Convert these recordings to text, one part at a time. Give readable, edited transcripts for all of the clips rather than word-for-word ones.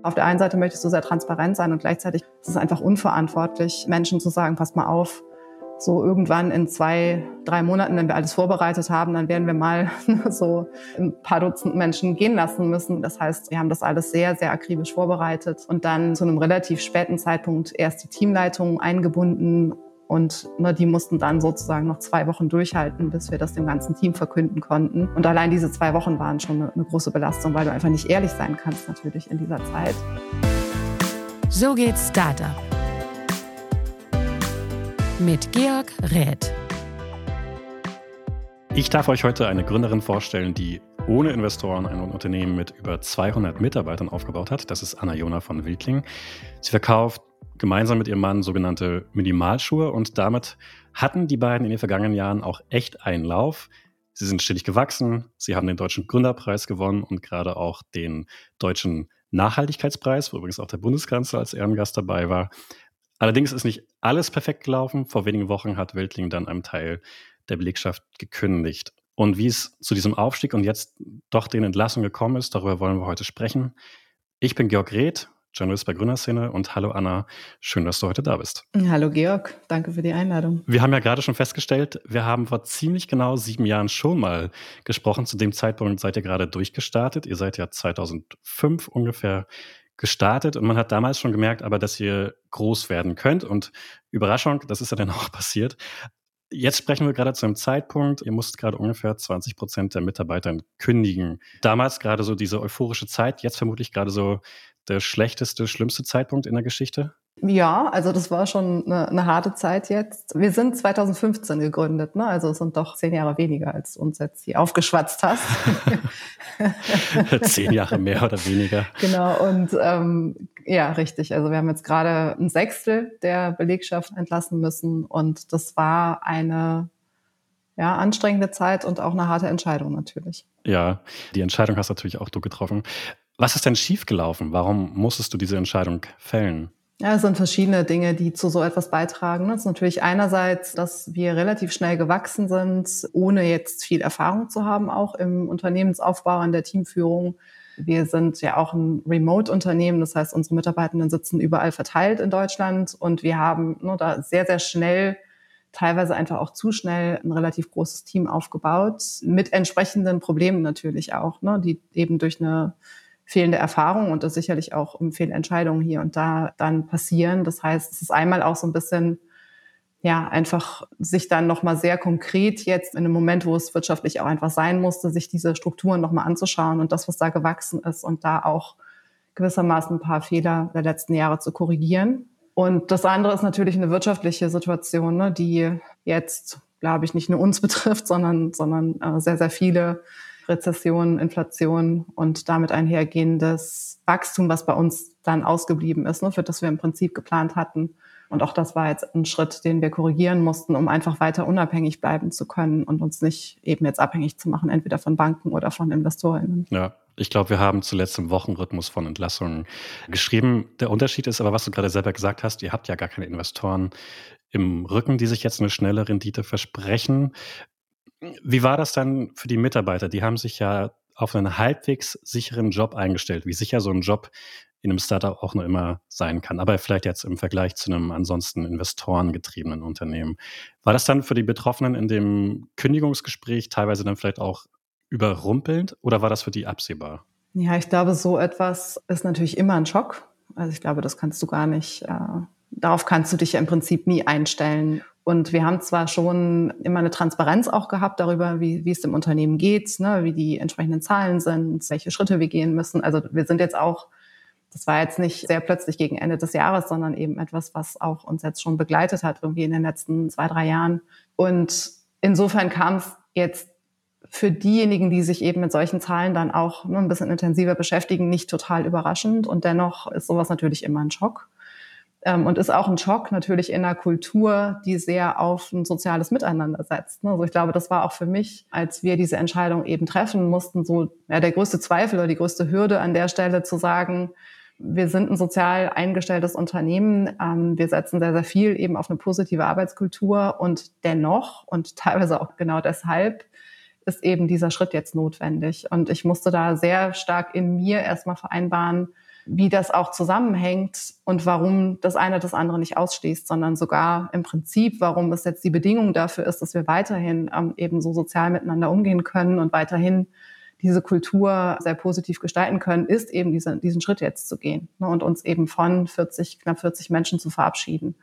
Auf der einen Seite möchtest du sehr transparent sein und gleichzeitig ist es einfach unverantwortlich, Menschen zu sagen, passt mal auf, so irgendwann in 2-3 Monaten, wenn wir alles vorbereitet haben, dann werden wir mal so ein paar Dutzend Menschen gehen lassen müssen. Das heißt, wir haben das alles sehr, sehr akribisch vorbereitet und dann zu einem relativ späten Zeitpunkt erst die Teamleitung eingebunden. Und die mussten dann sozusagen noch 2 Wochen durchhalten, bis wir das dem ganzen Team verkünden konnten. Und allein diese 2 Wochen waren schon eine große Belastung, weil du einfach nicht ehrlich sein kannst natürlich in dieser Zeit. So geht's Startup. Mit Georg Räth. Ich darf euch heute eine Gründerin vorstellen, die ohne Investoren ein Unternehmen mit über 200 Mitarbeitern aufgebaut hat. Das ist Anna-Jona von Wildling. Sie verkauft gemeinsam mit ihrem Mann sogenannte Minimalschuhe und damit hatten die beiden in den vergangenen Jahren auch echt einen Lauf. Sie sind stetig gewachsen, sie haben den Deutschen Gründerpreis gewonnen und gerade auch den Deutschen Nachhaltigkeitspreis, wo übrigens auch der Bundeskanzler als Ehrengast dabei war. Allerdings ist nicht alles perfekt gelaufen. Vor wenigen Wochen hat Wildling dann einem Teil der Belegschaft gekündigt. Und wie es zu diesem Aufstieg und jetzt doch den Entlassungen gekommen ist, darüber wollen wir heute sprechen. Ich bin Georg Räth, Journalist bei Gründerszene und hallo Anna, schön, dass du heute da bist. Hallo Georg, danke für die Einladung. Wir haben ja gerade schon festgestellt, wir haben vor ziemlich genau 7 Jahren schon mal gesprochen. Zu dem Zeitpunkt seid ihr gerade durchgestartet. Ihr seid ja 2005 ungefähr gestartet und man hat damals schon gemerkt, aber dass ihr groß werden könnt und Überraschung, das ist ja dann auch passiert. Jetzt sprechen wir gerade zu einem Zeitpunkt, ihr musst gerade ungefähr 20% der Mitarbeiter kündigen. Damals gerade so diese euphorische Zeit, jetzt vermutlich gerade so der schlechteste, schlimmste Zeitpunkt in der Geschichte? Ja, also das war schon eine harte Zeit jetzt. Wir sind 2015 gegründet, ne? Also es sind doch 10 Jahre weniger, als uns jetzt hier aufgeschwatzt hast. 10 Jahre mehr oder weniger. Genau, und ja, richtig. Also wir haben jetzt gerade 1/6 der Belegschaft entlassen müssen und das war eine anstrengende Zeit und auch eine harte Entscheidung natürlich. Ja, die Entscheidung hast natürlich auch du getroffen. Was ist denn schiefgelaufen? Warum musstest du diese Entscheidung fällen? Ja, es sind verschiedene Dinge, die zu so etwas beitragen. Es ist natürlich einerseits, dass wir relativ schnell gewachsen sind, ohne jetzt viel Erfahrung zu haben, auch im Unternehmensaufbau, in der Teamführung. Wir sind ja auch ein Remote-Unternehmen, das heißt, unsere Mitarbeitenden sitzen überall verteilt in Deutschland und wir haben da sehr, sehr schnell, teilweise einfach auch zu schnell, ein relativ großes Team aufgebaut, mit entsprechenden Problemen natürlich auch, die eben durch eine fehlende Erfahrung und das sicherlich auch Fehlentscheidungen hier und da dann passieren. Das heißt, es ist einmal auch so ein bisschen, einfach sich dann nochmal sehr konkret jetzt in einem Moment, wo es wirtschaftlich auch einfach sein musste, sich diese Strukturen nochmal anzuschauen und das, was da gewachsen ist und da auch gewissermaßen ein paar Fehler der letzten Jahre zu korrigieren. Und das andere ist natürlich eine wirtschaftliche Situation, die jetzt, glaube ich, nicht nur uns betrifft, sondern sehr, sehr viele. Rezession, Inflation und damit einhergehendes Wachstum, was bei uns dann ausgeblieben ist, für das wir im Prinzip geplant hatten. Und auch das war jetzt ein Schritt, den wir korrigieren mussten, um einfach weiter unabhängig bleiben zu können und uns nicht eben jetzt abhängig zu machen, entweder von Banken oder von InvestorInnen. Ja, ich glaube, wir haben zuletzt im Wochenrhythmus von Entlassungen geschrieben. Der Unterschied ist aber, was du gerade selber gesagt hast, ihr habt ja gar keine Investoren im Rücken, die sich jetzt eine schnelle Rendite versprechen. Wie war das dann für die Mitarbeiter? Die haben sich ja auf einen halbwegs sicheren Job eingestellt, wie sicher so ein Job in einem Startup auch nur immer sein kann, aber vielleicht jetzt im Vergleich zu einem ansonsten investorengetriebenen Unternehmen. War das dann für die Betroffenen in dem Kündigungsgespräch teilweise dann vielleicht auch überrumpelnd oder war das für die absehbar? Ja, ich glaube, so etwas ist natürlich immer ein Schock. Also ich glaube, das kannst du gar nicht, darauf kannst du dich ja im Prinzip nie einstellen. Und wir haben zwar schon immer eine Transparenz auch gehabt darüber, wie es dem Unternehmen geht, wie die entsprechenden Zahlen sind, welche Schritte wir gehen müssen. Also wir sind jetzt auch, das war jetzt nicht sehr plötzlich gegen Ende des Jahres, sondern eben etwas, was auch uns jetzt schon begleitet hat, irgendwie in den letzten 2-3 Jahren. Und insofern kam es jetzt für diejenigen, die sich eben mit solchen Zahlen dann auch ein bisschen intensiver beschäftigen, nicht total überraschend. Und dennoch ist sowas natürlich immer ein Schock. Und ist auch ein Schock natürlich in einer Kultur, die sehr auf ein soziales Miteinander setzt. Also ich glaube, das war auch für mich, als wir diese Entscheidung eben treffen mussten, so der größte Zweifel oder die größte Hürde an der Stelle zu sagen, wir sind ein sozial eingestelltes Unternehmen. Wir setzen sehr, sehr viel eben auf eine positive Arbeitskultur und dennoch und teilweise auch genau deshalb ist eben dieser Schritt jetzt notwendig. Und ich musste da sehr stark in mir erstmal vereinbaren, wie das auch zusammenhängt und warum das eine das andere nicht ausschließt, sondern sogar im Prinzip, warum es jetzt die Bedingung dafür ist, dass wir weiterhin eben so sozial miteinander umgehen können und weiterhin diese Kultur sehr positiv gestalten können, ist eben diesen Schritt jetzt zu gehen, ne, und uns eben von knapp 40 Menschen zu verabschieden.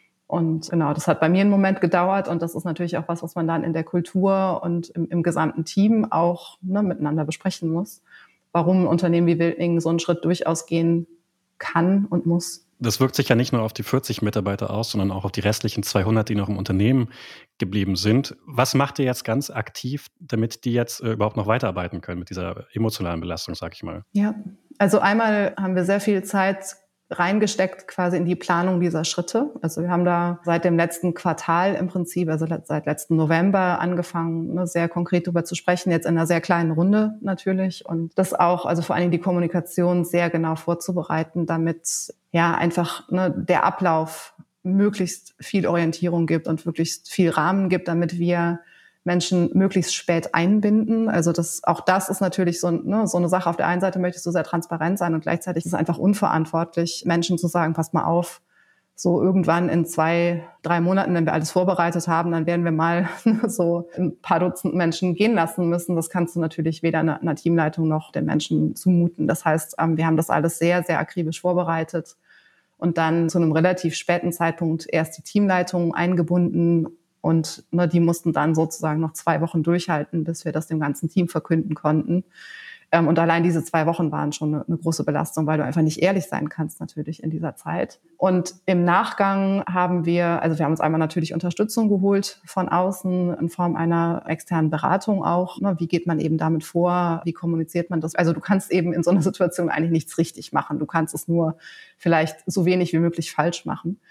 Und genau, das hat bei mir einen Moment gedauert und das ist natürlich auch was man dann in der Kultur und im gesamten Team auch, ne, miteinander besprechen muss, warum ein Unternehmen wie Wildling so einen Schritt durchaus gehen kann und muss. Das wirkt sich ja nicht nur auf die 40 Mitarbeiter aus, sondern auch auf die restlichen 200, die noch im Unternehmen geblieben sind. Was macht ihr jetzt ganz aktiv, damit die jetzt überhaupt noch weiterarbeiten können mit dieser emotionalen Belastung, sag ich mal? Ja, also einmal haben wir sehr viel Zeit reingesteckt quasi in die Planung dieser Schritte. Also wir haben da seit dem letzten Quartal im Prinzip, also seit letzten November angefangen, ne, sehr konkret darüber zu sprechen, jetzt in einer sehr kleinen Runde natürlich und das auch, also vor allen Dingen die Kommunikation sehr genau vorzubereiten, damit ja einfach, ne, der Ablauf möglichst viel Orientierung gibt und möglichst viel Rahmen gibt, damit wir Menschen möglichst spät einbinden. Also auch das ist natürlich so eine Sache. Auf der einen Seite möchtest du sehr transparent sein und gleichzeitig ist es einfach unverantwortlich, Menschen zu sagen, passt mal auf, so irgendwann in 2-3 Monaten, wenn wir alles vorbereitet haben, dann werden wir mal so ein paar Dutzend Menschen gehen lassen müssen. Das kannst du natürlich weder einer Teamleitung noch den Menschen zumuten. Das heißt, wir haben das alles sehr, sehr akribisch vorbereitet und dann zu einem relativ späten Zeitpunkt erst die Teamleitung eingebunden. Und ne, die mussten dann sozusagen noch 2 Wochen durchhalten, bis wir das dem ganzen Team verkünden konnten. Und allein diese 2 Wochen waren schon eine große Belastung, weil du einfach nicht ehrlich sein kannst natürlich in dieser Zeit. Und im Nachgang haben wir uns einmal natürlich Unterstützung geholt von außen in Form einer externen Beratung auch. Ne, wie geht man eben damit vor? Wie kommuniziert man das? Also du kannst eben in so einer Situation eigentlich nichts richtig machen. Du kannst es nur vielleicht so wenig wie möglich falsch machen.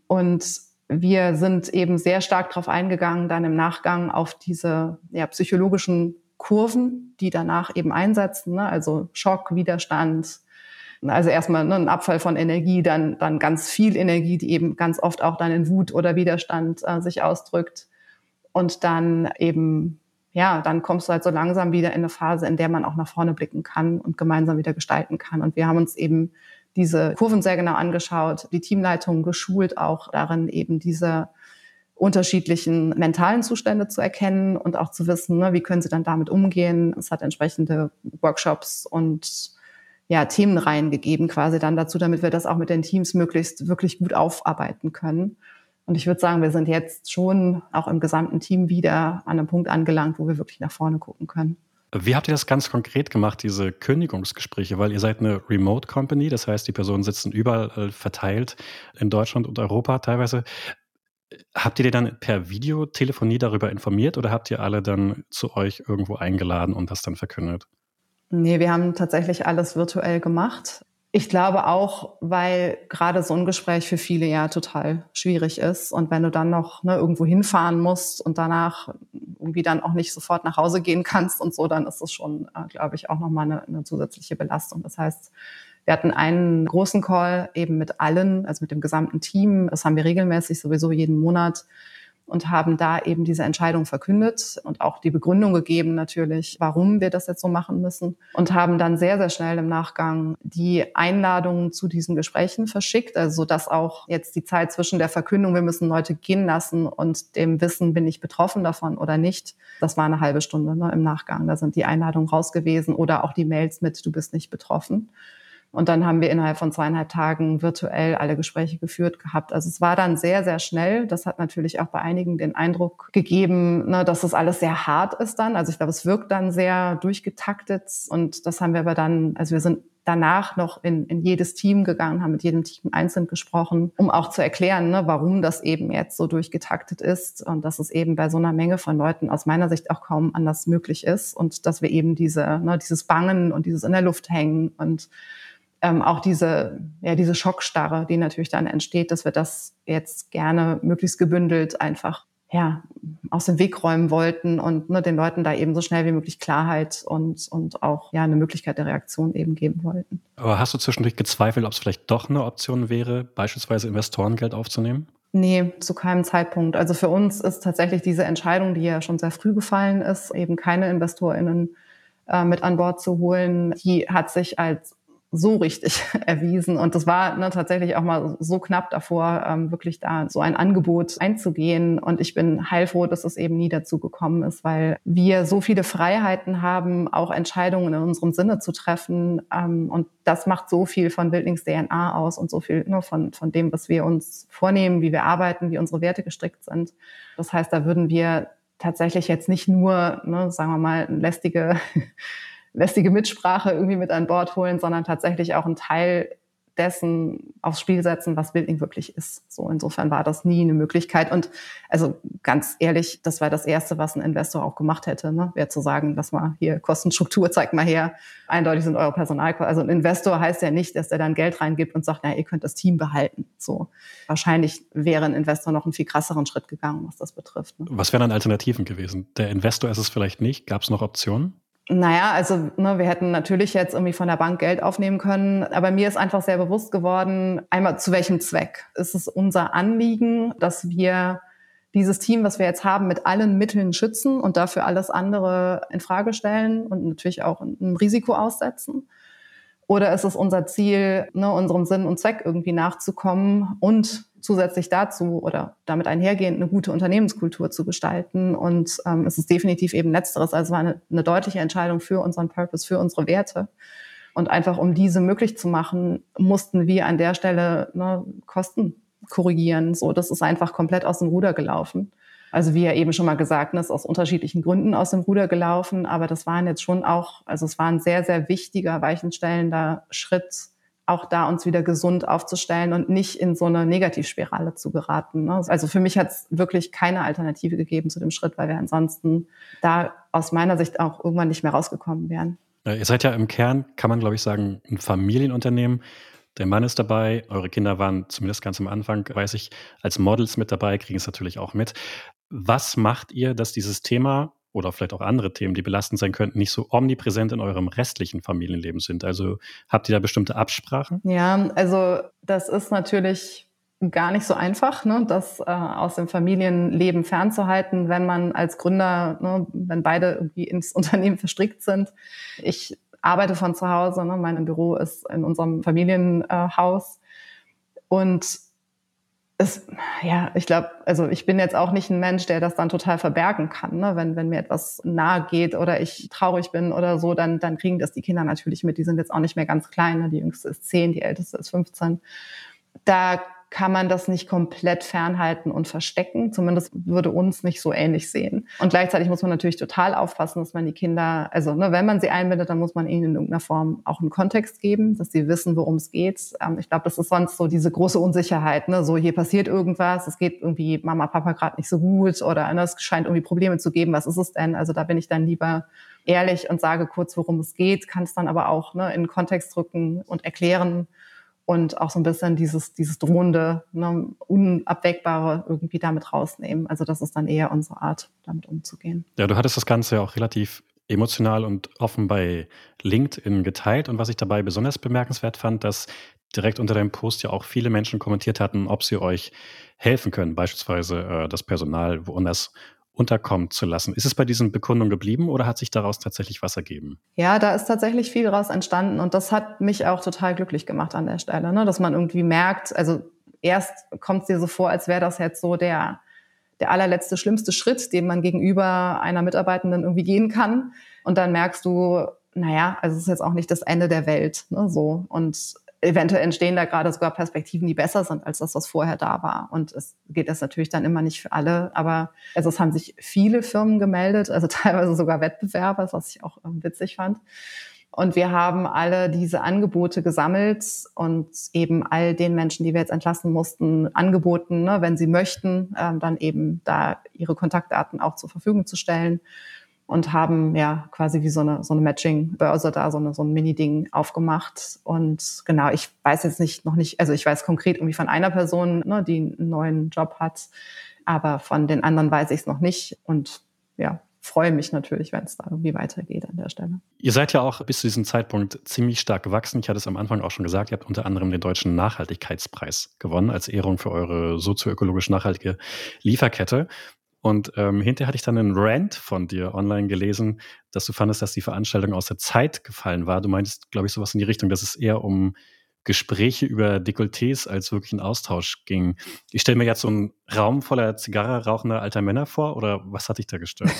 Und wir sind eben sehr stark darauf eingegangen, dann im Nachgang auf diese psychologischen Kurven, die danach eben einsetzen, ne? Also Schock, Widerstand, also erstmal ein Abfall von Energie, dann ganz viel Energie, die eben ganz oft auch dann in Wut oder Widerstand sich ausdrückt. Und dann eben, dann kommst du halt so langsam wieder in eine Phase, in der man auch nach vorne blicken kann und gemeinsam wieder gestalten kann. Und wir haben uns eben diese Kurven sehr genau angeschaut, die Teamleitung geschult auch darin, eben diese unterschiedlichen mentalen Zustände zu erkennen und auch zu wissen, ne, wie können sie dann damit umgehen. Es hat entsprechende Workshops und Themenreihen gegeben quasi dann dazu, damit wir das auch mit den Teams möglichst wirklich gut aufarbeiten können. Und ich würde sagen, wir sind jetzt schon auch im gesamten Team wieder an einem Punkt angelangt, wo wir wirklich nach vorne gucken können. Wie habt ihr das ganz konkret gemacht, diese Kündigungsgespräche? Weil ihr seid eine Remote Company, das heißt, die Personen sitzen überall verteilt in Deutschland und Europa teilweise. Habt ihr die dann per Videotelefonie darüber informiert oder habt ihr alle dann zu euch irgendwo eingeladen und das dann verkündet? Nee, wir haben tatsächlich alles virtuell gemacht. Ich glaube auch, weil gerade so ein Gespräch für viele ja total schwierig ist. Und wenn du dann noch irgendwo hinfahren musst und danach irgendwie dann auch nicht sofort nach Hause gehen kannst und so, dann ist das schon, glaube ich, auch nochmal eine zusätzliche Belastung. Das heißt, wir hatten einen großen Call eben mit allen, also mit dem gesamten Team. Das haben wir regelmäßig, sowieso jeden Monat. Und haben da eben diese Entscheidung verkündet und auch die Begründung gegeben natürlich, warum wir das jetzt so machen müssen. Und haben dann sehr, sehr schnell im Nachgang die Einladungen zu diesen Gesprächen verschickt, also dass auch jetzt die Zeit zwischen der Verkündung, wir müssen Leute gehen lassen und dem Wissen, bin ich betroffen davon oder nicht, das war eine halbe Stunde im Nachgang. Da sind die Einladungen raus gewesen oder auch die Mails mit, du bist nicht betroffen. Und dann haben wir innerhalb von 2,5 Tagen virtuell alle Gespräche geführt gehabt. Also es war dann sehr, sehr schnell. Das hat natürlich auch bei einigen den Eindruck gegeben, dass das alles sehr hart ist dann. Also ich glaube, es wirkt dann sehr durchgetaktet. Und das haben wir aber dann, also wir sind danach noch in jedes Team gegangen, haben mit jedem Team einzeln gesprochen, um auch zu erklären, warum das eben jetzt so durchgetaktet ist und dass es eben bei so einer Menge von Leuten aus meiner Sicht auch kaum anders möglich ist und dass wir eben dieses Bangen und dieses in der Luft hängen und auch diese Schockstarre, die natürlich dann entsteht, dass wir das jetzt gerne möglichst gebündelt einfach aus dem Weg räumen wollten und den Leuten da eben so schnell wie möglich Klarheit und auch eine Möglichkeit der Reaktion eben geben wollten. Aber hast du zwischendurch gezweifelt, ob es vielleicht doch eine Option wäre, beispielsweise Investorengeld aufzunehmen? Nee, zu keinem Zeitpunkt. Also für uns ist tatsächlich diese Entscheidung, die ja schon sehr früh gefallen ist, eben keine InvestorInnen mit an Bord zu holen, die hat sich als so richtig erwiesen. Und das war tatsächlich auch mal so knapp davor, wirklich da so ein Angebot einzugehen. Und ich bin heilfroh, dass es eben nie dazu gekommen ist, weil wir so viele Freiheiten haben, auch Entscheidungen in unserem Sinne zu treffen. Und das macht so viel von Wildlings DNA aus und so viel von dem, was wir uns vornehmen, wie wir arbeiten, wie unsere Werte gestrickt sind. Das heißt, da würden wir tatsächlich jetzt nicht nur, sagen wir mal, lästige Mitsprache irgendwie mit an Bord holen, sondern tatsächlich auch einen Teil dessen aufs Spiel setzen, was Wildling wirklich ist. So, insofern war das nie eine Möglichkeit. Und also ganz ehrlich, das war das Erste, was ein Investor auch gemacht hätte, wäre zu sagen, lass mal hier Kostenstruktur, zeigt mal her. Eindeutig sind eure Personalkosten. Also ein Investor heißt ja nicht, dass der dann Geld reingibt und sagt, ihr könnt das Team behalten. So, wahrscheinlich wäre ein Investor noch einen viel krasseren Schritt gegangen, was das betrifft. Was wären dann Alternativen gewesen? Der Investor ist es vielleicht nicht. Gab es noch Optionen? Also wir hätten natürlich jetzt irgendwie von der Bank Geld aufnehmen können, aber mir ist einfach sehr bewusst geworden, einmal zu welchem Zweck. Es ist unser Anliegen, dass wir dieses Team, was wir jetzt haben, mit allen Mitteln schützen und dafür alles andere in Frage stellen und natürlich auch ein Risiko aussetzen. Oder ist es unser Ziel, unserem Sinn und Zweck irgendwie nachzukommen und zusätzlich dazu oder damit einhergehend eine gute Unternehmenskultur zu gestalten. Und es ist definitiv eben Letzteres. Also es war eine deutliche Entscheidung für unseren Purpose, für unsere Werte. Und einfach um diese möglich zu machen, mussten wir an der Stelle Kosten korrigieren. So, das ist einfach komplett aus dem Ruder gelaufen. Also wie ja eben schon mal gesagt, ist aus unterschiedlichen Gründen aus dem Ruder gelaufen. Aber das waren jetzt schon auch, also es war ein sehr, sehr wichtiger, weichenstellender Schritt, auch da uns wieder gesund aufzustellen und nicht in so eine Negativspirale zu geraten. Also für mich hat es wirklich keine Alternative gegeben zu dem Schritt, weil wir ansonsten da aus meiner Sicht auch irgendwann nicht mehr rausgekommen wären. Ihr seid ja im Kern, kann man glaube ich sagen, ein Familienunternehmen. Der Mann ist dabei, eure Kinder waren zumindest ganz am Anfang, weiß ich, als Models mit dabei, kriegen es natürlich auch mit. Was macht ihr, dass dieses Thema oder vielleicht auch andere Themen, die belastend sein könnten, nicht so omnipräsent in eurem restlichen Familienleben sind? Also habt ihr da bestimmte Absprachen? Ja, also das ist natürlich gar nicht so einfach, das aus dem Familienleben fernzuhalten, wenn man als Gründer, wenn beide irgendwie ins Unternehmen verstrickt sind. Ich arbeite von zu Hause, mein Büro ist in unserem Familienhaus und ich glaube, also ich bin jetzt auch nicht ein Mensch, der das dann total verbergen kann. Wenn mir etwas nahe geht oder ich traurig bin oder so, dann kriegen das die Kinder natürlich mit. Die sind jetzt auch nicht mehr ganz klein. Die jüngste ist 10, die älteste ist 15. Da kann man das nicht komplett fernhalten und verstecken. Zumindest würde uns nicht so ähnlich sehen. Und gleichzeitig muss man natürlich total aufpassen, dass man die Kinder, also wenn man sie einbindet, dann muss man ihnen in irgendeiner Form auch einen Kontext geben, dass sie wissen, worum es geht. Ich glaube, das ist sonst so diese große Unsicherheit. So hier passiert irgendwas, es geht irgendwie Mama, Papa gerade nicht so gut oder es scheint irgendwie Probleme zu geben. Was ist es denn? Also da bin ich dann lieber ehrlich und sage kurz, worum es geht, kann es dann aber auch in den Kontext rücken und erklären. Und auch so ein bisschen dieses drohende, Unabwägbare irgendwie damit rausnehmen. Also das ist dann eher unsere Art, damit umzugehen. Ja, du hattest das Ganze ja auch relativ emotional und offen bei LinkedIn geteilt. Und was ich dabei besonders bemerkenswert fand, dass direkt unter deinem Post ja auch viele Menschen kommentiert hatten, ob sie euch helfen können, beispielsweise das Personal woanders unterkommen zu lassen. Ist es bei diesen Bekundungen geblieben oder hat sich daraus tatsächlich was ergeben? Ja, da ist tatsächlich viel daraus entstanden und das hat mich auch total glücklich gemacht an der Stelle, dass man irgendwie merkt, also erst kommt es dir so vor, als wäre das jetzt so der allerletzte, schlimmste Schritt, den man gegenüber einer Mitarbeitenden irgendwie gehen kann und dann merkst du, also es ist jetzt auch nicht das Ende der Welt, so und eventuell entstehen da gerade sogar Perspektiven, die besser sind als das, was vorher da war. Und es geht das natürlich dann immer nicht für alle. Aber es haben sich viele Firmen gemeldet, also teilweise sogar Wettbewerber, was ich auch witzig fand. Und wir haben alle diese Angebote gesammelt und eben all den Menschen, die wir jetzt entlassen mussten, angeboten, wenn sie möchten, dann eben da ihre Kontaktdaten auch zur Verfügung zu stellen. Und haben ja quasi wie so eine Matching-Börse da, so ein Mini-Ding aufgemacht. Und genau, ich weiß jetzt noch nicht, also ich weiß konkret irgendwie von einer Person, die einen neuen Job hat, aber von den anderen weiß ich es noch nicht. Und ja, freue mich natürlich, wenn es da irgendwie weitergeht an der Stelle. Ihr seid ja auch bis zu diesem Zeitpunkt ziemlich stark gewachsen. Ich hatte es am Anfang auch schon gesagt, ihr habt unter anderem den Deutschen Nachhaltigkeitspreis gewonnen als Ehrung für eure sozioökologisch nachhaltige Lieferkette. Und hinterher hatte ich dann einen Rant von dir online gelesen, dass du fandest, dass die Veranstaltung aus der Zeit gefallen war. Du meintest, glaube ich, sowas in die Richtung, dass es eher um Gespräche über Dekolletés als wirklich einen Austausch ging. Ich stelle mir jetzt so einen Raum voller Zigarre rauchender alter Männer vor, oder was hat dich da gestört?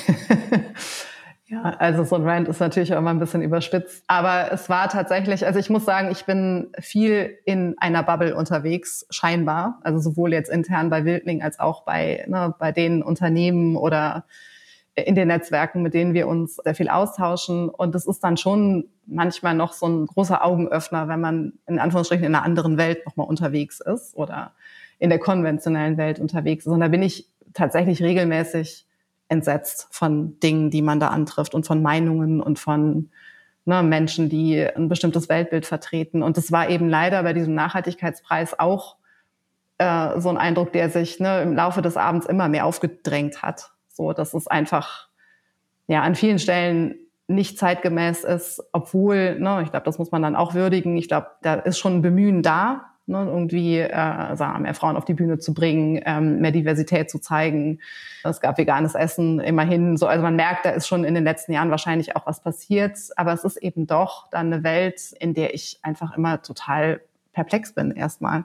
Ja, also so ein Rant ist natürlich auch immer ein bisschen überspitzt. Aber es war tatsächlich, also ich muss sagen, ich bin viel in einer Bubble unterwegs, scheinbar. Also sowohl jetzt intern bei Wildling als auch bei den Unternehmen oder in den Netzwerken, mit denen wir uns sehr viel austauschen. Und das ist dann schon manchmal noch so ein großer Augenöffner, wenn man in Anführungsstrichen in einer anderen Welt nochmal unterwegs ist oder in der konventionellen Welt unterwegs ist. Und da bin ich tatsächlich regelmäßig entsetzt von Dingen, die man da antrifft und von Meinungen und von Menschen, die ein bestimmtes Weltbild vertreten. Und das war eben leider bei diesem Nachhaltigkeitspreis auch so ein Eindruck, der sich im Laufe des Abends immer mehr aufgedrängt hat. So, dass es einfach an vielen Stellen nicht zeitgemäß ist, obwohl, ich glaube, das muss man dann auch würdigen. Ich glaube, da ist schon ein Bemühen da, irgendwie mehr Frauen auf die Bühne zu bringen, mehr Diversität zu zeigen. Es gab veganes Essen immerhin. So, also man merkt, da ist schon in den letzten Jahren wahrscheinlich auch was passiert. Aber es ist eben doch dann eine Welt, in der ich einfach immer total perplex bin erstmal.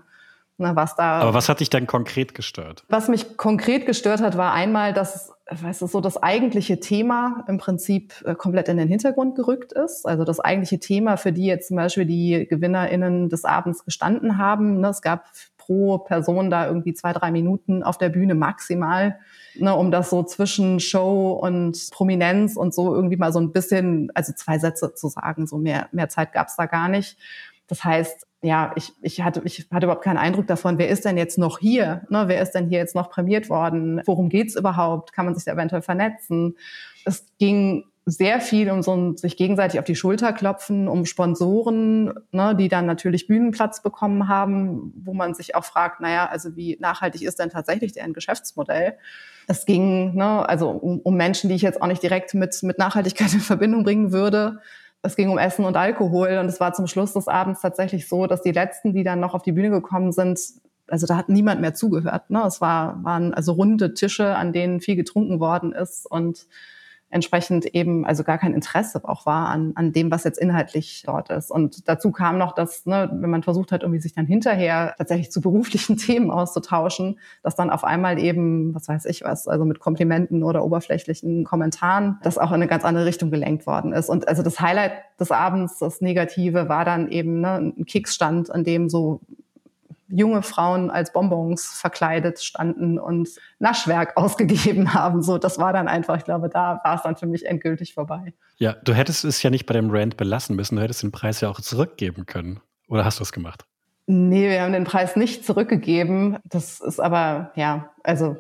Aber was hat dich denn konkret gestört? Was mich konkret gestört hat, war einmal, dass das eigentliche Thema im Prinzip komplett in den Hintergrund gerückt ist. Also das eigentliche Thema, für die jetzt zum Beispiel die GewinnerInnen des Abends gestanden haben. Es gab pro Person da irgendwie 2-3 Minuten auf der Bühne maximal, um das so zwischen Show und Prominenz und so irgendwie mal so ein bisschen, also 2 Sätze zu sagen. So mehr Zeit gab es da gar nicht. Das heißt, ich hatte überhaupt keinen Eindruck davon, wer ist denn jetzt noch hier? Wer ist denn hier jetzt noch prämiert worden? Worum geht's überhaupt? Kann man sich da eventuell vernetzen? Es ging sehr viel um so ein sich gegenseitig auf die Schulter klopfen, um Sponsoren, die dann natürlich Bühnenplatz bekommen haben, wo man sich auch fragt, also wie nachhaltig ist denn tatsächlich deren Geschäftsmodell? Es ging um Menschen, die ich jetzt auch nicht direkt mit Nachhaltigkeit in Verbindung bringen würde. Es ging um Essen und Alkohol und es war zum Schluss des Abends tatsächlich so, dass die Letzten, die dann noch auf die Bühne gekommen sind, also da hat niemand mehr zugehört. Es waren also runde Tische, an denen viel getrunken worden ist und entsprechend eben also gar kein Interesse auch war an dem, was jetzt inhaltlich dort ist. Und dazu kam noch, dass, wenn man versucht hat, irgendwie sich dann hinterher tatsächlich zu beruflichen Themen auszutauschen, dass dann auf einmal eben, also mit Komplimenten oder oberflächlichen Kommentaren, das auch in eine ganz andere Richtung gelenkt worden ist. Und also das Highlight des Abends, das Negative, war dann eben ein Keksstand, an dem so junge Frauen als Bonbons verkleidet standen und Naschwerk ausgegeben haben. So, das war dann einfach, ich glaube, da war es dann für mich endgültig vorbei. Ja, du hättest es ja nicht bei dem Rant belassen müssen. Du hättest den Preis ja auch zurückgeben können. Oder hast du es gemacht? Nee, wir haben den Preis nicht zurückgegeben. Das ist aber, also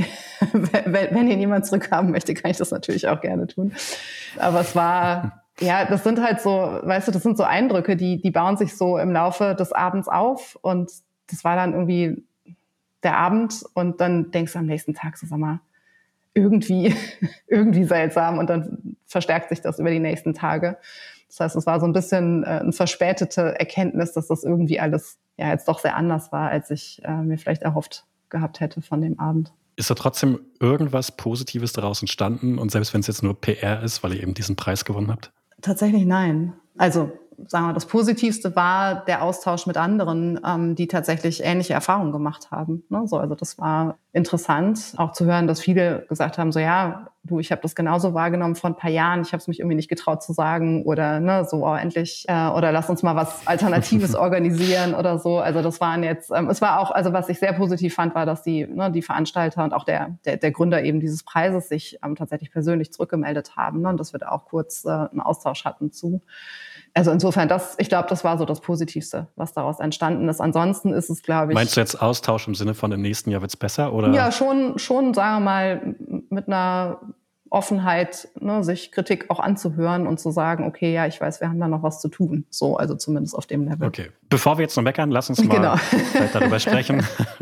wenn ihn jemand zurückhaben möchte, kann ich das natürlich auch gerne tun. Aber es war... Ja, das sind halt so, das sind so Eindrücke, die bauen sich so im Laufe des Abends auf und das war dann irgendwie der Abend und dann denkst du am nächsten Tag so, sag mal, irgendwie seltsam und dann verstärkt sich das über die nächsten Tage. Das heißt, es war so ein bisschen eine verspätete Erkenntnis, dass das irgendwie alles jetzt doch sehr anders war, als ich mir vielleicht erhofft gehabt hätte von dem Abend. Ist da trotzdem irgendwas Positives daraus entstanden und selbst wenn es jetzt nur PR ist, weil ihr eben diesen Preis gewonnen habt? Tatsächlich nein. Also sagen wir, das Positivste war der Austausch mit anderen, die tatsächlich ähnliche Erfahrungen gemacht haben. Also das war interessant, auch zu hören, dass viele gesagt haben, so ich habe das genauso wahrgenommen vor ein paar Jahren, ich habe es mich irgendwie nicht getraut zu sagen oder endlich oder lass uns mal was Alternatives organisieren oder so. Also das waren jetzt, es war auch, also was ich sehr positiv fand, war, dass die Veranstalter und auch der Gründer eben dieses Preises sich tatsächlich persönlich zurückgemeldet haben und dass wir da auch kurz einen Austausch hatten zu. Also insofern, ich glaube, das war so das Positivste, was daraus entstanden ist. Ansonsten ist es, glaube ich... Meinst du jetzt Austausch im Sinne von im nächsten Jahr wird's besser? Oder? Ja, schon, sagen wir mal, mit einer Offenheit, sich Kritik auch anzuhören und zu sagen, okay, ich weiß, wir haben da noch was zu tun. So, also zumindest auf dem Level. Okay. Bevor wir jetzt noch meckern, lass uns mal vielleicht darüber sprechen.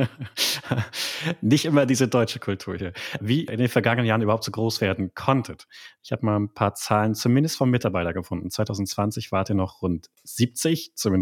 Nicht immer diese deutsche Kultur hier. Wie in den vergangenen Jahren überhaupt so groß werden konntet. Ich habe mal ein paar Zahlen zumindest vom Mitarbeiter gefunden. 2020 wart ihr noch rund 70, zumindest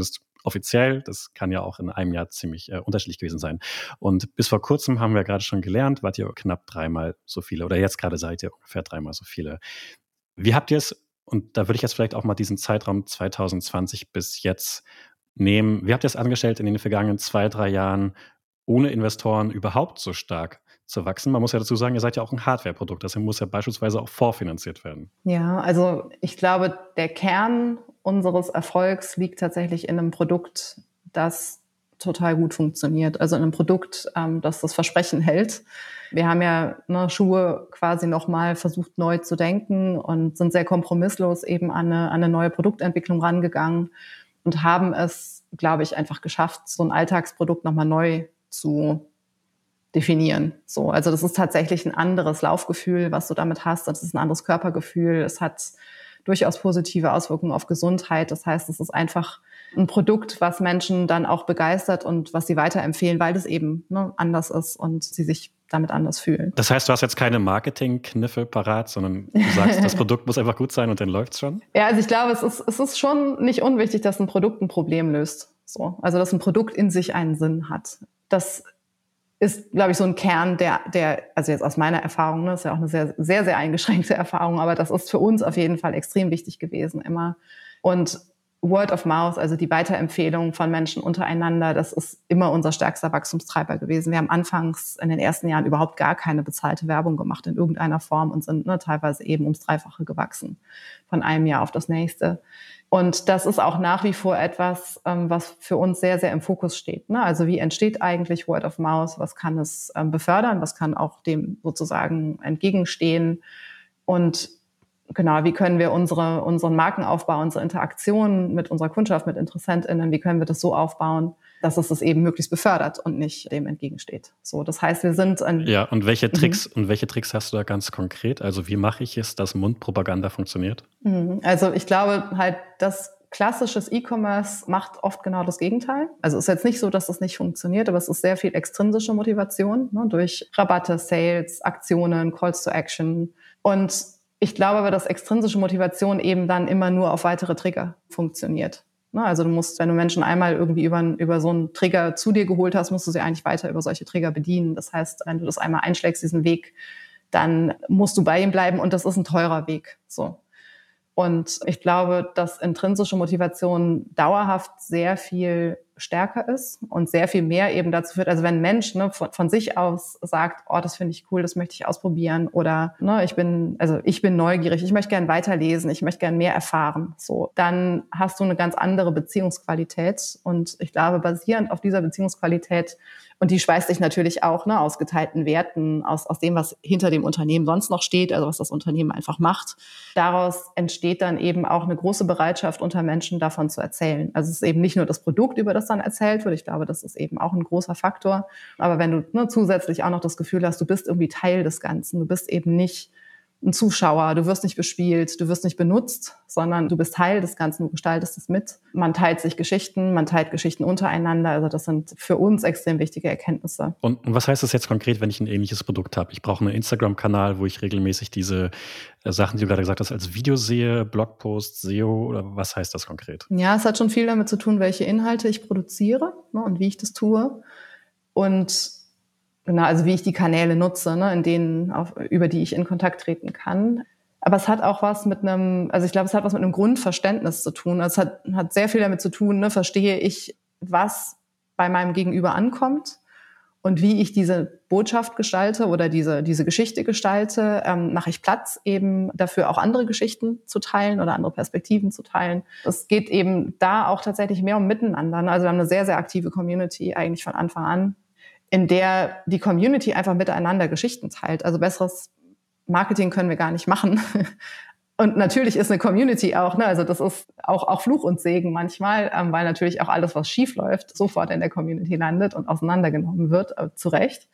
offiziell. Das kann ja auch in einem Jahr ziemlich unterschiedlich gewesen sein. Und bis vor kurzem haben wir gerade schon gelernt, wart ihr knapp 3-mal so viele oder jetzt gerade seid ihr ungefähr 3-mal so viele. Wie habt ihr es, und da würde ich jetzt vielleicht auch mal diesen Zeitraum 2020 bis jetzt nehmen, wie habt ihr es angestellt in den vergangenen 2-3 Jahren, ohne Investoren überhaupt so stark zu wachsen? Man muss ja dazu sagen, ihr seid ja auch ein Hardware-Produkt, deshalb muss ja beispielsweise auch vorfinanziert werden. Ja, also ich glaube, der Kern unseres Erfolgs liegt tatsächlich in einem Produkt, das total gut funktioniert. Also in einem Produkt, das das Versprechen hält. Wir haben ja Schuhe quasi nochmal versucht neu zu denken und sind sehr kompromisslos eben an eine neue Produktentwicklung rangegangen und haben es, glaube ich, einfach geschafft, so ein Alltagsprodukt nochmal neu zu definieren. So, also das ist tatsächlich ein anderes Laufgefühl, was du damit hast. Das ist ein anderes Körpergefühl. Es hat durchaus positive Auswirkungen auf Gesundheit. Das heißt, es ist einfach ein Produkt, was Menschen dann auch begeistert und was sie weiterempfehlen, weil das eben anders ist und sie sich damit anders fühlen. Das heißt, du hast jetzt keine Marketing-Kniffe parat, sondern du sagst, das Produkt muss einfach gut sein und dann läuft's schon? Ja, also ich glaube, es ist schon nicht unwichtig, dass ein Produkt ein Problem löst. So, also dass ein Produkt in sich einen Sinn hat. Das ist, glaube ich, so ein Kern, der, also jetzt aus meiner Erfahrung, ist ja auch eine sehr, sehr, sehr eingeschränkte Erfahrung, aber das ist für uns auf jeden Fall extrem wichtig gewesen immer. Und Word of Mouth, also die Weiterempfehlung von Menschen untereinander, das ist immer unser stärkster Wachstumstreiber gewesen. Wir haben anfangs in den ersten Jahren überhaupt gar keine bezahlte Werbung gemacht in irgendeiner Form und sind teilweise eben ums Dreifache gewachsen von einem Jahr auf das nächste. Und das ist auch nach wie vor etwas, was für uns sehr, sehr im Fokus steht. Also wie entsteht eigentlich Word of Mouth? Was kann es befördern? Was kann auch dem sozusagen entgegenstehen? Und genau, wie können wir unseren Markenaufbau, unsere Interaktion mit unserer Kundschaft, mit InteressentInnen, wie können wir das so aufbauen, dass es das eben möglichst befördert und nicht dem entgegensteht. So, das heißt, wir sind Ja, und welche Tricks hast du da ganz konkret? Also wie mache ich es, dass Mundpropaganda funktioniert? Also ich glaube halt, dass klassisches E-Commerce macht oft genau das Gegenteil. Also es ist jetzt nicht so, dass das nicht funktioniert, aber es ist sehr viel extrinsische Motivation, durch Rabatte, Sales, Aktionen, Calls to Action. Und ich glaube aber, dass extrinsische Motivation eben dann immer nur auf weitere Trigger funktioniert. Also du musst, wenn du Menschen einmal irgendwie über so einen Trigger zu dir geholt hast, musst du sie eigentlich weiter über solche Trigger bedienen. Das heißt, wenn du das einmal einschlägst, diesen Weg, dann musst du bei ihm bleiben und das ist ein teurer Weg. So. Und ich glaube, dass intrinsische Motivation dauerhaft sehr viel stärker ist und sehr viel mehr eben dazu führt, also wenn ein Mensch von sich aus sagt, oh, das finde ich cool, das möchte ich ausprobieren oder ich bin neugierig, ich möchte gern weiterlesen, ich möchte gern mehr erfahren, so, dann hast du eine ganz andere Beziehungsqualität und ich glaube, basierend auf dieser Beziehungsqualität, und die speist sich natürlich auch aus geteilten Werten, aus dem, was hinter dem Unternehmen sonst noch steht, also was das Unternehmen einfach macht. Daraus entsteht dann eben auch eine große Bereitschaft unter Menschen, davon zu erzählen. Also es ist eben nicht nur das Produkt, über das dann erzählt wird. Ich glaube, das ist eben auch ein großer Faktor. Aber wenn du zusätzlich auch noch das Gefühl hast, du bist irgendwie Teil des Ganzen, du bist eben nicht ein Zuschauer, du wirst nicht bespielt, du wirst nicht benutzt, sondern du bist Teil des Ganzen, du gestaltest es mit. Man teilt sich Geschichten, man teilt Geschichten untereinander. Also das sind für uns extrem wichtige Erkenntnisse. Und was heißt das jetzt konkret, wenn ich ein ähnliches Produkt habe? Ich brauche einen Instagram-Kanal, wo ich regelmäßig diese Sachen, die du gerade gesagt hast, als Video sehe, Blogpost, SEO, oder was heißt das konkret? Ja, es hat schon viel damit zu tun, welche Inhalte ich produziere und wie ich das tue. Und genau, also wie ich die Kanäle nutze, über die ich in Kontakt treten kann. Aber es hat auch was mit einem Grundverständnis zu tun. Es hat sehr viel damit zu tun, verstehe ich, was bei meinem Gegenüber ankommt und wie ich diese Botschaft gestalte oder diese Geschichte gestalte, mache ich Platz eben dafür, auch andere Geschichten zu teilen oder andere Perspektiven zu teilen. Es geht eben da auch tatsächlich mehr um Miteinander. Also wir haben eine sehr, sehr aktive Community eigentlich von Anfang an, in der die Community einfach miteinander Geschichten teilt. Also besseres Marketing können wir gar nicht machen. Und natürlich ist eine Community auch, also das ist auch Fluch und Segen manchmal, weil natürlich auch alles, was schief läuft, sofort in der Community landet und auseinandergenommen wird, zu Recht.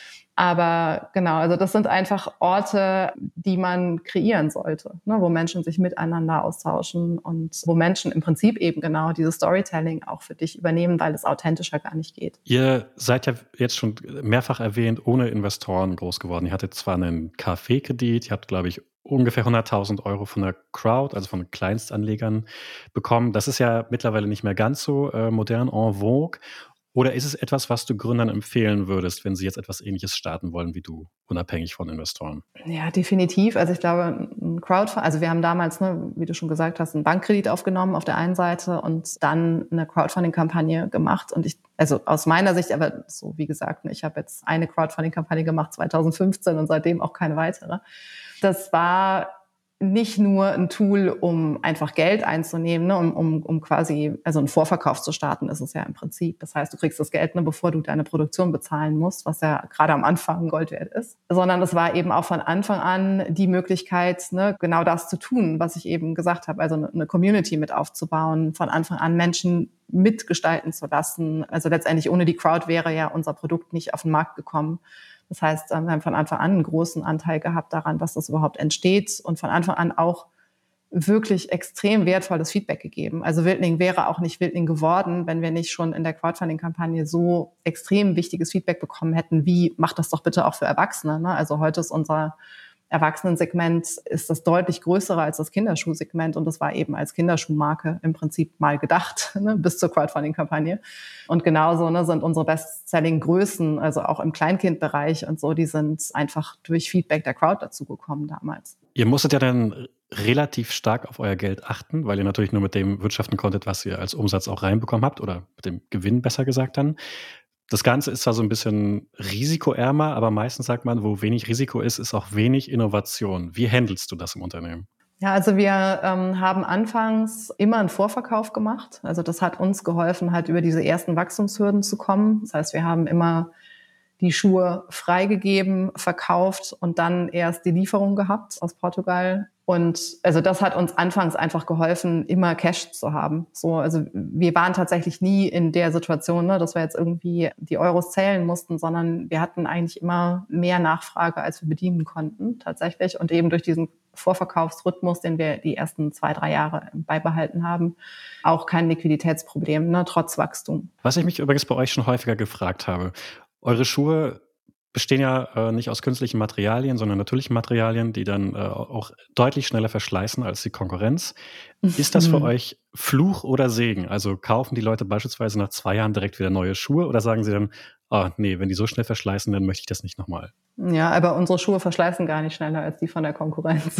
Aber genau, also das sind einfach Orte, die man kreieren sollte, wo Menschen sich miteinander austauschen und wo Menschen im Prinzip eben genau dieses Storytelling auch für dich übernehmen, weil es authentischer gar nicht geht. Ihr seid ja jetzt schon mehrfach erwähnt, ohne Investoren groß geworden. Ihr hattet zwar einen KfW-Kredit, ihr habt, glaube ich, ungefähr 100.000 Euro von der Crowd, also von Kleinstanlegern bekommen. Das ist ja mittlerweile nicht mehr ganz so modern en vogue. Oder ist es etwas, was du Gründern empfehlen würdest, wenn sie jetzt etwas Ähnliches starten wollen wie du, unabhängig von Investoren? Ja, definitiv. Also ich glaube, ein Crowdfunding, also wir haben damals, wie du schon gesagt hast, einen Bankkredit aufgenommen auf der einen Seite und dann eine Crowdfunding-Kampagne gemacht. Und also aus meiner Sicht, aber so wie gesagt, ich habe jetzt eine Crowdfunding-Kampagne gemacht 2015 und seitdem auch keine weitere. Das war nicht nur ein Tool, um einfach Geld einzunehmen, um quasi, also einen Vorverkauf zu starten, ist es ja im Prinzip. Das heißt, du kriegst das Geld, bevor du deine Produktion bezahlen musst, was ja gerade am Anfang Gold wert ist. Sondern es war eben auch von Anfang an die Möglichkeit, genau das zu tun, was ich eben gesagt habe, also eine Community mit aufzubauen, von Anfang an Menschen mitgestalten zu lassen. Also letztendlich ohne die Crowd wäre ja unser Produkt nicht auf den Markt gekommen. Das heißt, wir haben von Anfang an einen großen Anteil gehabt daran, dass das überhaupt entsteht und von Anfang an auch wirklich extrem wertvolles Feedback gegeben. Also Wildling wäre auch nicht Wildling geworden, wenn wir nicht schon in der Crowdfunding-Kampagne so extrem wichtiges Feedback bekommen hätten, wie macht das doch bitte auch für Erwachsene. Also heute ist unser Erwachsenensegment ist das deutlich größere als das Kinderschuhsegment und das war eben als Kinderschuhmarke im Prinzip mal gedacht, bis zur Crowdfunding-Kampagne. Und genauso sind unsere Best-Selling-Größen, also auch im Kleinkindbereich und so, die sind einfach durch Feedback der Crowd dazugekommen damals. Ihr musstet ja dann relativ stark auf euer Geld achten, weil ihr natürlich nur mit dem wirtschaften konntet, was ihr als Umsatz auch reinbekommen habt oder mit dem Gewinn besser gesagt dann. Das Ganze ist zwar so ein bisschen risikoärmer, aber meistens sagt man, wo wenig Risiko ist, ist auch wenig Innovation. Wie handelst du das im Unternehmen? Ja, also wir haben anfangs immer einen Vorverkauf gemacht. Also das hat uns geholfen, halt über diese ersten Wachstumshürden zu kommen. Das heißt, wir haben immer die Schuhe freigegeben, verkauft und dann erst die Lieferung gehabt aus Portugal. Und also das hat uns anfangs einfach geholfen, immer Cash zu haben. So, also wir waren tatsächlich nie in der Situation, dass wir jetzt irgendwie die Euros zählen mussten, sondern wir hatten eigentlich immer mehr Nachfrage, als wir bedienen konnten tatsächlich. Und eben durch diesen Vorverkaufsrhythmus, den wir die ersten 2-3 Jahre beibehalten haben, auch kein Liquiditätsproblem, trotz Wachstum. Was ich mich übrigens bei euch schon häufiger gefragt habe, eure Schuhe bestehen ja nicht aus künstlichen Materialien, sondern natürlichen Materialien, die dann auch deutlich schneller verschleißen als die Konkurrenz. Ist das für euch Fluch oder Segen? Also kaufen die Leute beispielsweise nach 2 Jahren direkt wieder neue Schuhe oder sagen sie dann, nee, wenn die so schnell verschleißen, dann möchte ich das nicht nochmal? Ja, aber unsere Schuhe verschleißen gar nicht schneller als die von der Konkurrenz.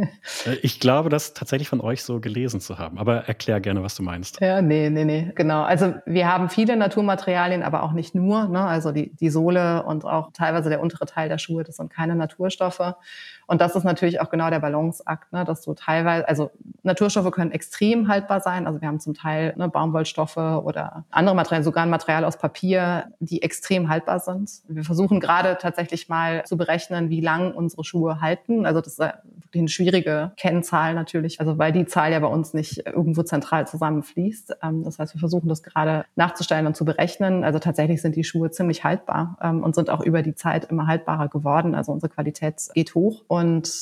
Ich glaube, das tatsächlich von euch so gelesen zu haben. Aber erklär gerne, was du meinst. Ja, nee, genau. Also wir haben viele Naturmaterialien, aber auch nicht nur. Also die Sohle und auch teilweise der untere Teil der Schuhe, das sind keine Naturstoffe. Und das ist natürlich auch genau der Balanceakt, dass du teilweise, also Naturstoffe können extrem haltbar sein. Also wir haben zum Teil Baumwollstoffe oder andere Materialien, sogar ein Material aus Papier, die extrem haltbar sind. Wir versuchen gerade tatsächlich mal zu berechnen, wie lang unsere Schuhe halten. Also das ist wirklich eine schwierige Kennzahl natürlich, also weil die Zahl ja bei uns nicht irgendwo zentral zusammenfließt. Das heißt, wir versuchen das gerade nachzustellen und zu berechnen. Also tatsächlich sind die Schuhe ziemlich haltbar und sind auch über die Zeit immer haltbarer geworden. Also unsere Qualität geht hoch und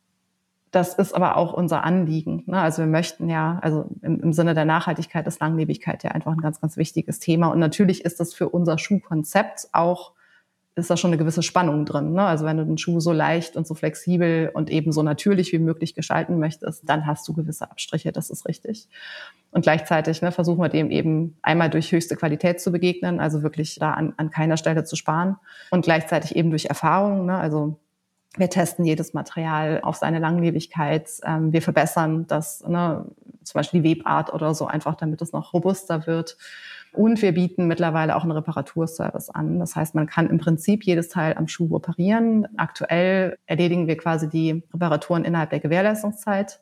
das ist aber auch unser Anliegen. Also wir möchten ja, also im Sinne der Nachhaltigkeit ist Langlebigkeit ja einfach ein ganz, ganz wichtiges Thema. Und natürlich ist das für unser Schuhkonzept auch, ist da schon eine gewisse Spannung drin. Also wenn du den Schuh so leicht und so flexibel und eben so natürlich wie möglich gestalten möchtest, dann hast du gewisse Abstriche, das ist richtig. Und gleichzeitig versuchen wir dem eben einmal durch höchste Qualität zu begegnen, also wirklich da an keiner Stelle zu sparen und gleichzeitig eben durch Erfahrung, also wir testen jedes Material auf seine Langlebigkeit. Wir verbessern das, zum Beispiel die Webart oder so, einfach damit es noch robuster wird. Und wir bieten mittlerweile auch einen Reparaturservice an. Das heißt, man kann im Prinzip jedes Teil am Schuh reparieren. Aktuell erledigen wir quasi die Reparaturen innerhalb der Gewährleistungszeit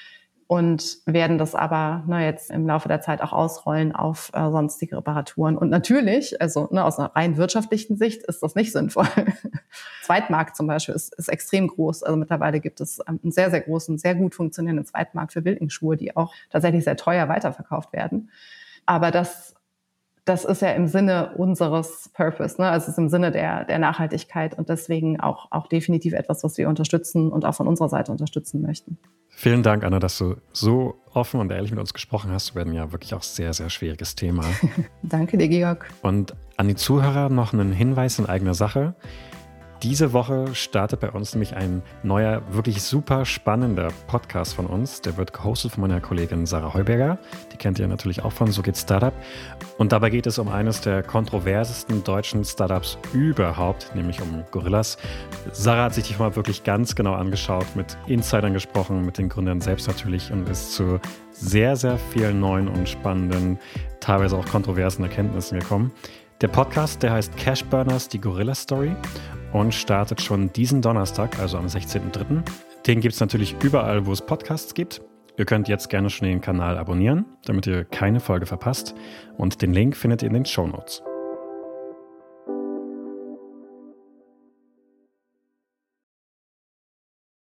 und werden das aber jetzt im Laufe der Zeit auch ausrollen auf sonstige Reparaturen. Und natürlich, also aus einer rein wirtschaftlichen Sicht ist das nicht sinnvoll. Zweitmarkt zum Beispiel ist extrem groß. Also mittlerweile gibt es einen sehr, sehr großen, sehr gut funktionierenden Zweitmarkt für Wildling-Schuhe, die auch tatsächlich sehr teuer weiterverkauft werden. Aber das ist ja im Sinne unseres Purpose, Also es ist im Sinne der Nachhaltigkeit und deswegen auch definitiv etwas, was wir unterstützen und auch von unserer Seite unterstützen möchten. Vielen Dank, Anna, dass du so offen und ehrlich mit uns gesprochen hast über ein ja wirklich auch sehr, sehr schwieriges Thema. Danke dir, Georg. Und an die Zuhörer noch einen Hinweis in eigener Sache. Diese Woche startet bei uns nämlich ein neuer, wirklich super spannender Podcast von uns. Der wird gehostet von meiner Kollegin Sarah Heuberger. Die kennt ihr natürlich auch von So geht's Startup. Und dabei geht es um eines der kontroversesten deutschen Startups überhaupt, nämlich um Gorillas. Sarah hat sich die mal wirklich ganz genau angeschaut, mit Insidern gesprochen, mit den Gründern selbst natürlich und ist zu sehr, sehr vielen neuen und spannenden, teilweise auch kontroversen Erkenntnissen gekommen. Der Podcast, der heißt Cashburners, die Gorilla-Story und startet schon diesen Donnerstag, also am 16.03. Den gibt es natürlich überall, wo es Podcasts gibt. Ihr könnt jetzt gerne schon den Kanal abonnieren, damit ihr keine Folge verpasst. Und den Link findet ihr in den Shownotes.